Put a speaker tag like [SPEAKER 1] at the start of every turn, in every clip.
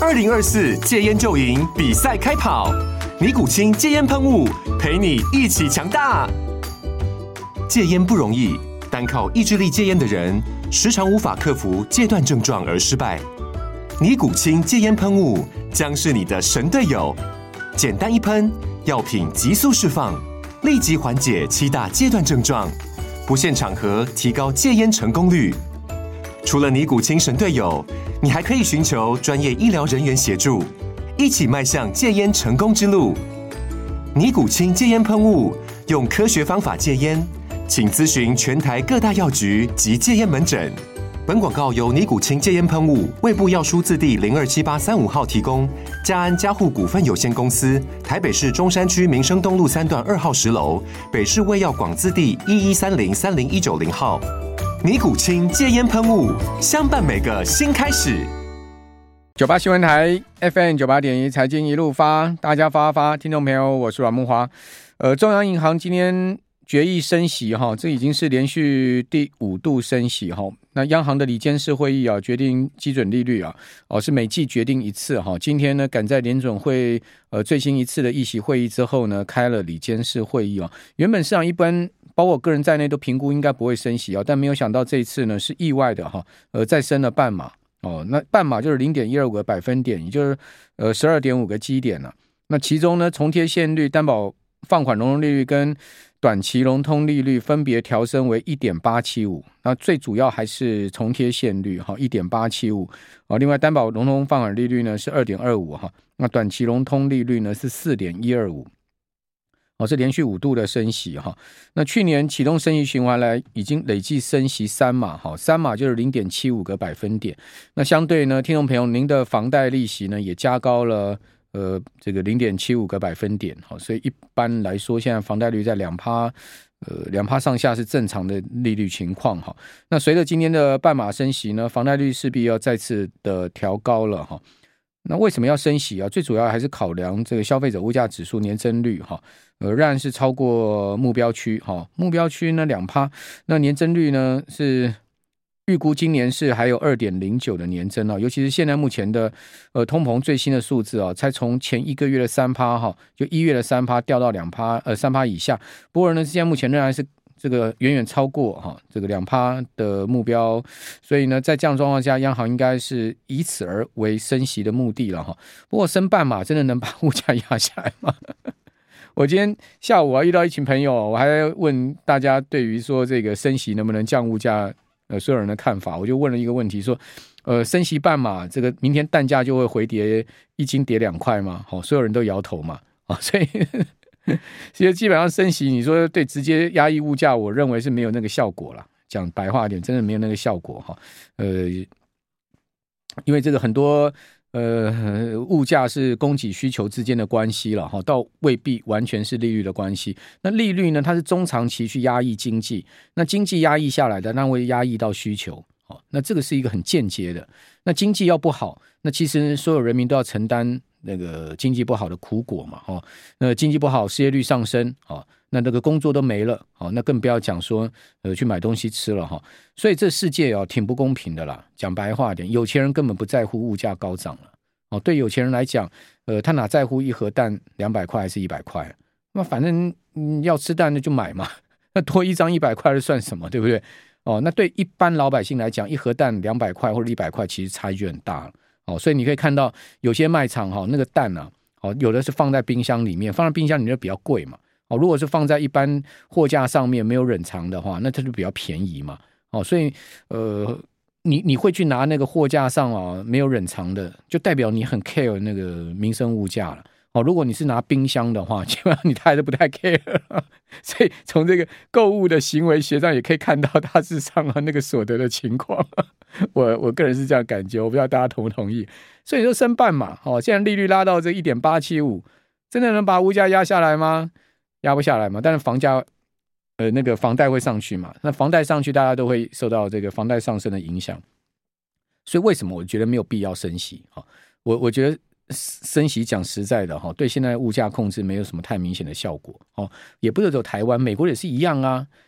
[SPEAKER 1] 2024戒烟就赢比赛开跑，尼古清戒烟喷雾，陪你一起强大。戒烟不容易，单靠意志力戒烟的人，时常无法克服戒断症状而失败。尼古清戒烟喷雾将是你的神队友，简单一喷，药品急速释放，立即缓解7大戒断症状，不限场合提高戒烟成功率。除了尼古清神队友，你还可以寻求专业医疗人员协助，一起迈向戒烟成功之路。尼古清戒烟喷雾，用科学方法戒烟，请咨询全台各大药局及戒烟门诊。本广告由尼古清戒烟喷雾、卫部药书字第027835号提供，嘉安嘉护股份有限公司，台北市中山区民生东路3段2号10楼，北市卫药广字第1130-30190号。尼古清戒烟喷雾，相伴每个新开始。
[SPEAKER 2] 98新闻台 FM 98.1财经一路发，大家发，听众朋友，我是阮慕骅。中央银行今天决议升息哈，这已经是连续第5度升息哈。那央行的理监事会议啊，决定基准利率啊，是每季决定一次哈。今天呢，赶在联准会最新一次的议息会议之后呢，开了理监事会议啊。原本市场一般，包括我个人在内都评估应该不会升息啊，但没有想到这一次呢是意外的哈，再升了半码哦。那半码就是 0.125 个百分点，也就是12.5个基点了。那其中呢，重贴现率、担保放款融通利率跟短期融通利率分别调升为 1.875， 那最主要还是重贴现率 1.875， 另外担保融通放款利率呢是 2.25， 那短期融通利率呢是 4.125，是连续5度的升息哈。那去年启动升息循环来，已经累计升息3码哈，3码就是 0.75 个百分点。那相对呢，听众朋友，您的房贷利息呢也加高了这个 0.75 个百分点，所以一般来说，现在房贷率在 2% 上下是正常的利率情况哈。那随着今天的半码升息呢，房贷率势必要再次的调高了哈。那为什么要升息啊？最主要还是考量这个消费者物价指数年增率哈，仍然是超过目标区哈。目标区呢 2%， 那年增率呢是预估今年是还有 2.09 的年增，尤其是现在目前的通膨最新的数字才从前1个月的 3% 就1月的 3% 掉到 3% 以下。不过呢，现在目前仍然是这个远远超过这个 2% 的目标，所以呢，在这样的状况下，央行应该是以此而为升息的目的了哈。不过升半码真的能把物价压下来吗？我今天下午遇到一群朋友，我还问大家对于说这个升息能不能降物价，所有人的看法。我就问了一个问题说，升息半码，这个明天蛋价就会回跌1斤跌2块吗？所有人都摇头嘛，所以其实基本上升息，你说对直接压抑物价，我认为是没有那个效果啦。讲白话一点，真的没有那个效果哈。因为这个很多物价是供给需求之间的关系了哈，倒未必完全是利率的关系。那利率呢，它是中长期去压抑经济，那经济压抑下来的，那会压抑到需求。那这个是一个很间接的。那经济要不好，那其实所有人民都要承担那个经济不好的苦果嘛，那经济不好，失业率上升，那个工作都没了，那更不要讲说去买东西吃了，所以这世界挺不公平的啦。讲白话点，有钱人根本不在乎物价高涨了，对有钱人来讲，他哪在乎一盒蛋200块还是100块？那反正要吃蛋那就买嘛，那多一张100块是算什么，对不对？那对一般老百姓来讲，一盒蛋200块或者100块，其实差距很大了。所以你可以看到有些卖场那个蛋啊，有的是放在冰箱里面，放在冰箱里面比较贵嘛。如果是放在一般货架上面没有冷藏的话，那它就比较便宜嘛。所以你会去拿那个货架上没有冷藏的，就代表你很 care 那个民生物价了。如果你是拿冰箱的话，基本上你还是不太 care。所以从这个购物的行为学上也可以看到大致上那个所得的情况。我个人是这样感觉，我不知道大家同不同意。所以说升半嘛，现在利率拉到这 1.875， 真的能把物价压下来吗？压不下来嘛。但是房价那个房贷会上去嘛，那房贷上去大家都会受到这个房贷上升的影响。所以为什么我觉得没有必要升息？我觉得升息讲实在的对现在物价控制没有什么太明显的效果，也不是只有台湾，美国也是一样啊。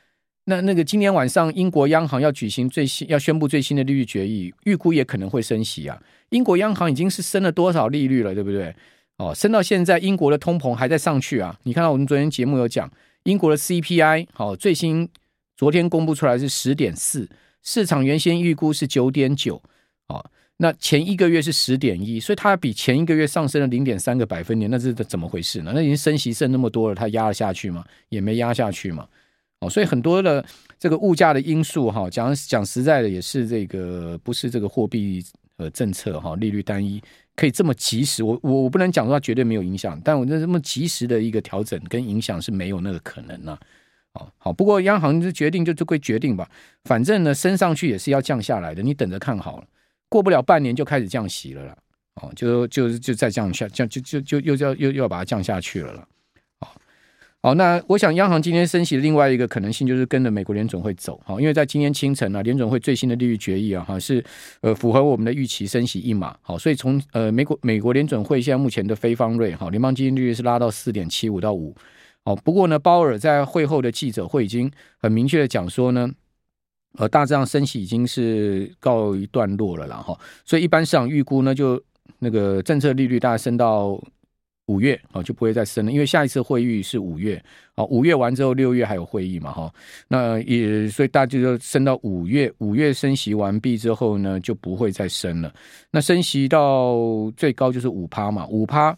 [SPEAKER 2] 那个今天晚上英国央行要宣布最新的利率决议，预估也可能会升息啊。英国央行已经是升了多少利率了，对不对？升到现在，英国的通膨还在上去啊。你看到我们昨天节目有讲，英国的 CPI 最新昨天公布出来是 10.4， 市场原先预估是 9.9， 那前一个月是 10.1， 所以它比前一个月上升了 0.3 个百分点，那是怎么回事呢？那已经升息剩那么多了，它压了下去吗？也没压下去嘛。所以很多的这个物价的因素讲实在的，也是这个不是这个货币政策利率单一可以这么及时，我不能讲说它绝对没有影响，但我这么及时的一个调整跟影响是没有那个可能啊。好，不过央行决定就归决定吧，反正呢升上去也是要降下来的，你等着看好了，过不了半年就开始降息了啦。就再降下降就又要把它降下去了啦。好，那我想央行今天升息的另外一个可能性就是跟着美国联准会走，因为在今天清晨联准会最新的利率决议是符合我们的预期升息一码，好，所以从美国联准会现在目前的非方瑞联邦基金利率是拉到 4.75 到5。不过呢，鲍尔在会后的记者会已经很明确的讲说呢，大致上升息已经是告一段落了啦，所以一般市场预估呢，就那个政策利率大概升到5月就不会再升了，因为下一次会议是5月，5月完之后6月还有会议嘛，那也所以大家就升到5月升息完毕之后呢，就不会再升了。那升息到最高就是 5% 嘛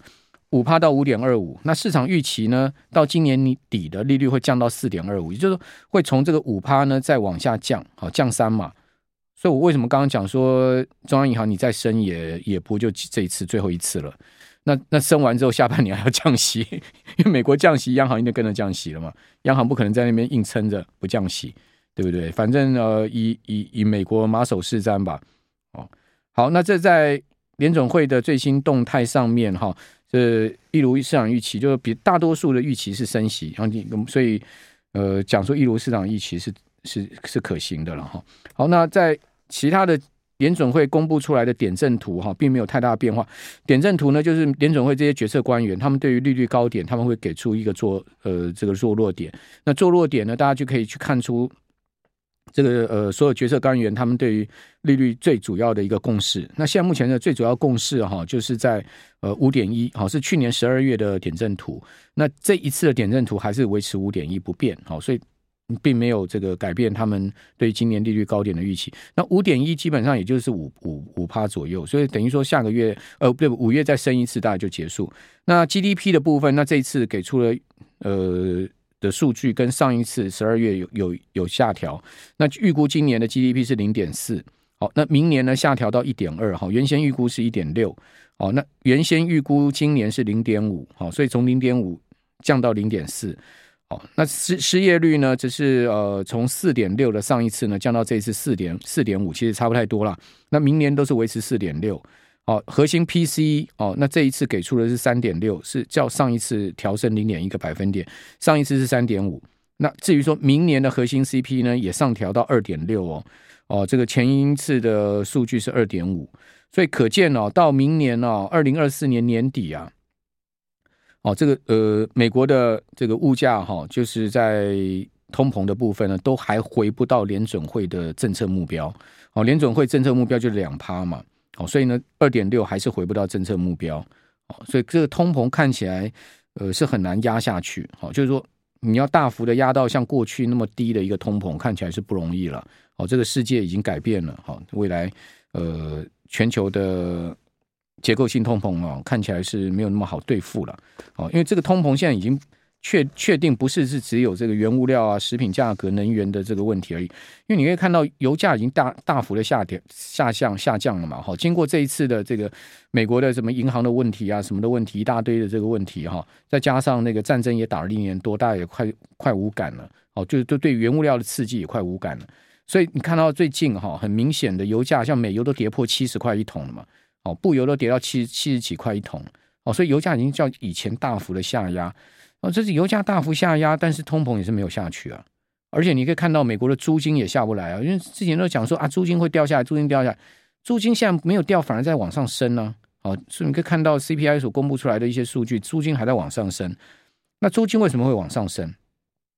[SPEAKER 2] ，5% 到 5.25%， 那市场预期呢，到今年底的利率会降到 4.25%， 也就是说会从这个 5% 呢再往下降，降3码。所以我为什么刚刚讲说中央银行你再升也不就这一次最后一次了。那升完之后下半年还要降息，因为美国降息，央行一定跟着降息了嘛，央行不可能在那边硬撑着不降息，对不对？反正以美国马首是瞻吧。好，那这在联准会的最新动态上面一如市场预期，就是比大多数的预期是升息，所以讲说一如市场预期是可行的了哈。好，那在其他的联准会公布出来的点阵图并没有太大的变化。点阵图呢，就是联准会这些决策官员他们对于利率高点，他们会给出一个这个坐落点。那坐落点呢，大家就可以去看出这个所有决策官员他们对于利率最主要的一个共识。那现在目前的最主要共识就是在5.1，是去年12月的点阵图。那这一次的点阵图还是维持 5.1 不变，所以并没有这个改变他们对今年利率高点的预期。那 5.1 基本上也就是 5% 左右，所以等于说下个月对5月再升一次大概就结束。那 GDP 的部分，那这一次给出了的数据跟上一次12月有下调。那预估今年的 GDP 是 0.4， 好，那明年呢下调到 1.2， 原先预估是 1.6， 好，那原先预估今年是 0.5， 好，所以从 0.5 降到 0.4。那失业率呢，只是从 4.6 的上一次呢降到这一次 4.5， 其实差不太多啦。那明年都是维持 4.6。核心 PCE 那这一次给出的是 3.6， 是较上一次调升 0.1 个百分点，上一次是 3.5。那至于说明年的核心 CP 呢，也上调到 2.6 这个前一次的数据是 2.5， 所以可见到明年2024年年底这个美国的这个物价就是在通膨的部分呢，都还回不到联准会的政策目标。联准会政策目标就是 2% 嘛，所以呢 2.6 还是回不到政策目标。所以这个通膨看起来是很难压下去。就是说你要大幅的压到像过去那么低的一个通膨，看起来是不容易了。这个世界已经改变了，未来全球的结构性通膨看起来是没有那么好对付了。因为这个通膨现在已经确定不是只有这个原物料啊、食品价格、能源的这个问题而已。因为你可以看到油价已经大幅的下降了嘛。经过这一次的这个美国的什么银行的问题啊、什么的问题，一大堆的这个问题再加上那个战争也打了1年多，大家也快无感了。就对原物料的刺激也快无感了。所以你看到最近很明显的油价，像美油都跌破70块一桶了嘛。布油都跌到70几块一桶。所以油价已经较以前大幅的下压。这是油价大幅下压，但是通膨也是没有下去啊。而且你可以看到美国的租金也下不来啊，因为之前都讲说租金会掉下来，租金现在没有掉，反而在往上升呢。所以你可以看到 CPI 所公布出来的一些数据，租金还在往上升。那租金为什么会往上升？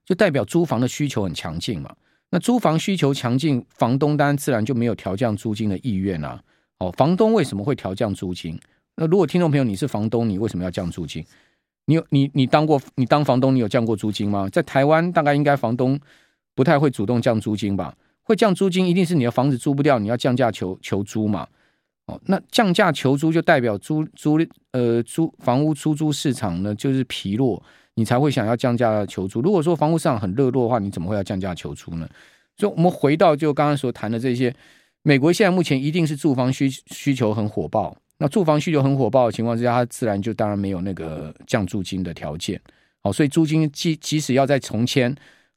[SPEAKER 2] 就代表租房的需求很强劲嘛。那租房需求强劲，房东当然自然就没有调降租金的意愿啊。房东为什么会调降租金？那如果听众朋友你是房东，你为什么要降租金？你当房东，你有降过租金吗？在台湾大概应该房东不太会主动降租金吧？会降租金一定是你的房子租不掉，你要降价求租嘛。那降价求租就代表房屋出租市场呢就是疲弱，你才会想要降价求租。如果说房屋市场很热络的话，你怎么会要降价求租呢？所以我们回到就刚刚所谈的这些，美国现在目前一定是住房需求很火爆，那住房需求很火爆的情况之下，它自然就当然没有那个降租金的条件。所以租金即使要再重签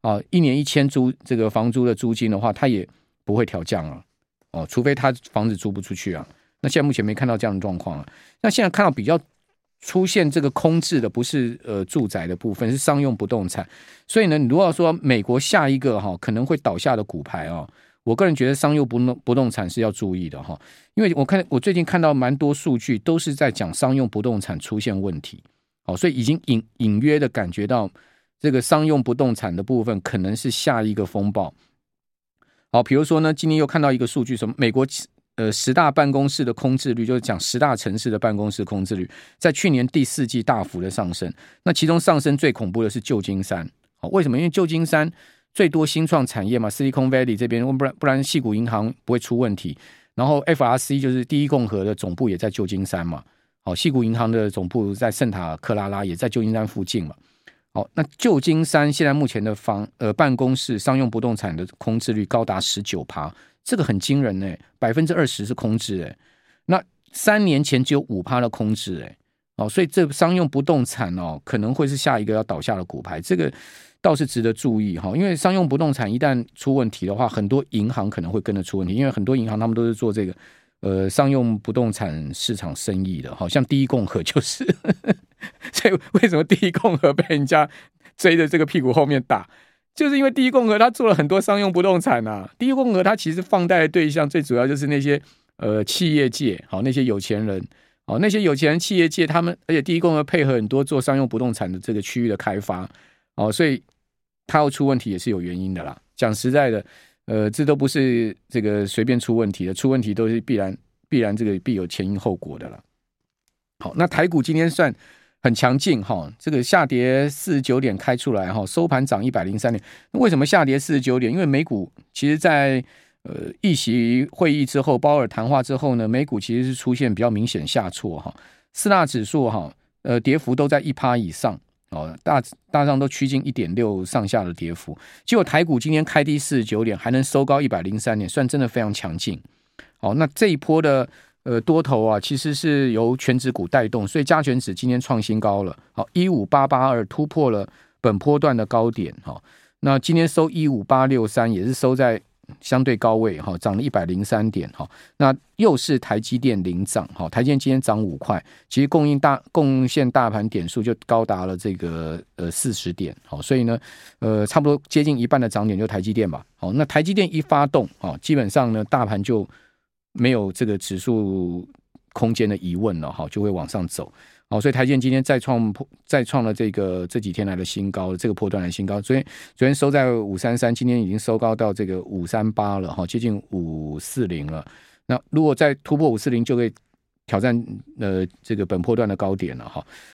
[SPEAKER 2] 1年1000这个房租的租金的话，它也不会调降啊。除非他房子租不出去啊。那现在目前没看到这样的状况啊。那现在看到比较出现这个空置的不是住宅的部分，是商用不动产。所以呢，你如果要说美国下一个可能会倒下的骨牌我个人觉得商用不动产是要注意的因为我最近看到蛮多数据都是在讲商用不动产出现问题，所以已经隐约的感觉到这个商用不动产的部分可能是下一个风暴。比如说呢，今天又看到一个数据，什么美国10大办公室的空置率，就是讲10大城市的办公室空置率，在去年第4季大幅的上升。那其中上升最恐怖的是旧金山。为什么？因为旧金山最多新创产业嘛 ，Silicon Valley 这边，不然矽谷银行不会出问题。然后 FRC 就是第一共和的总部也在旧金山嘛。矽谷银行的总部在圣塔克拉拉，也在旧金山附近嘛。那旧金山现在目前的办公室商用不动产的空置率高达 19%， 这个很惊人耶，20%是空置耶。那3年前只有 5% 的空置耶。所以这商用不动产可能会是下一个要倒下的骨牌，这个倒是值得注意因为商用不动产一旦出问题的话，很多银行可能会跟着出问题，因为很多银行他们都是做这个商用不动产市场生意的，像第一共和就是所以为什么第一共和被人家追着这个屁股后面打，就是因为第一共和他做了很多商用不动产啊。第一共和他其实放贷的对象最主要就是那些企业界那些有钱人那些有钱人企业界他们，而且第一共和配合很多做商用不动产的这个区域的开发所以他要出问题也是有原因的啦。讲实在的这都不是这个随便出问题的，出问题都是必然这个必有前因后果的啦。好，那台股今天算很强劲这个下跌49点开出来收盘涨103点。为什么下跌49点？因为美股其实在议息会议之后，鲍尔谈话之后呢，美股其实是出现比较明显下挫四大指数跌幅都在1%以上大上都趋近 1.6 上下的跌幅。结果台股今天开低49点，还能收高103点，算真的非常强劲。那这一波的多头其实是由权值股带动，所以加权指今天创新高了15882，突破了本波段的高点那今天收15863，也是收在相对高位涨了103点那又是台积电领涨台积电今天涨5块，其实贡献大盘点数就高达了这个40点所以呢差不多接近一半的涨点就台积电吧那台积电一发动基本上呢大盘就没有这个指数空间的疑问了就会往上走所以台积电今天再创了这几天来的新高，这个波段的新高。昨天收在533，今天已经收高到这个538了接近540了。那如果再突破540，就会挑战这个本波段的高点了